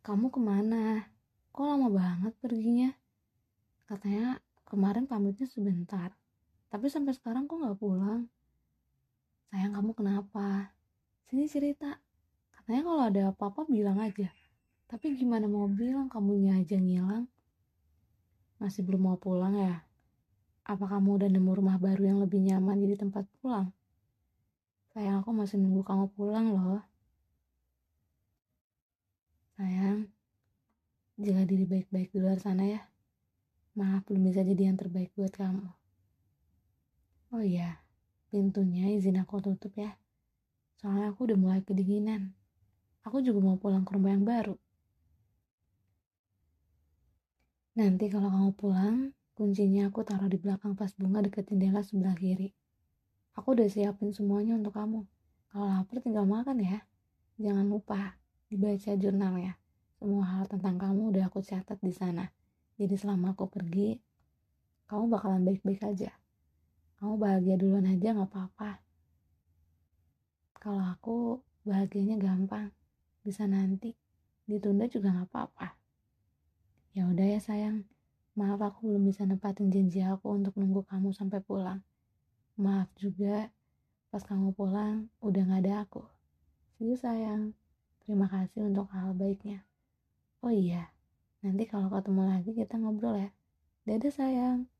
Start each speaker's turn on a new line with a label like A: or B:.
A: Kamu kemana? Kok lama banget perginya? Katanya kemarin pamitnya sebentar. Tapi sampai sekarang kok gak pulang? Sayang, kamu kenapa? Sini cerita. Katanya kalau ada apa-apa bilang aja. Tapi gimana mau bilang, kamunya aja ngilang? Masih belum mau pulang ya? Apa kamu udah nemu rumah baru yang lebih nyaman jadi tempat pulang? Sayang, aku masih nunggu kamu pulang loh. Sayang, jaga diri baik-baik di luar sana ya. Maaf, belum bisa jadi yang terbaik buat kamu. Oh iya, pintunya izin aku tutup ya. Soalnya aku udah mulai kedinginan. Aku juga mau pulang ke rumah yang baru. Nanti kalau kamu pulang, kuncinya aku taruh di belakang vas bunga dekat jendela sebelah kiri. Aku udah siapin semuanya untuk kamu. Kalau lapar tinggal makan ya. Jangan lupa dibaca jurnalnya. Semua hal tentang kamu udah aku catat di sana. Jadi selama aku pergi, kamu bakalan baik-baik aja. Kamu bahagia duluan aja gak apa-apa. Kalau aku bahagianya gampang. Bisa nanti. Ditunda juga gak apa-apa. Ya udah ya sayang. Maaf aku belum bisa nepatin janji aku untuk nunggu kamu sampai pulang. Maaf juga pas kamu pulang udah gak ada aku. See you sayang. Terima kasih untuk hal baiknya. Oh iya, nanti kalau ketemu lagi kita ngobrol ya. Dadah sayang.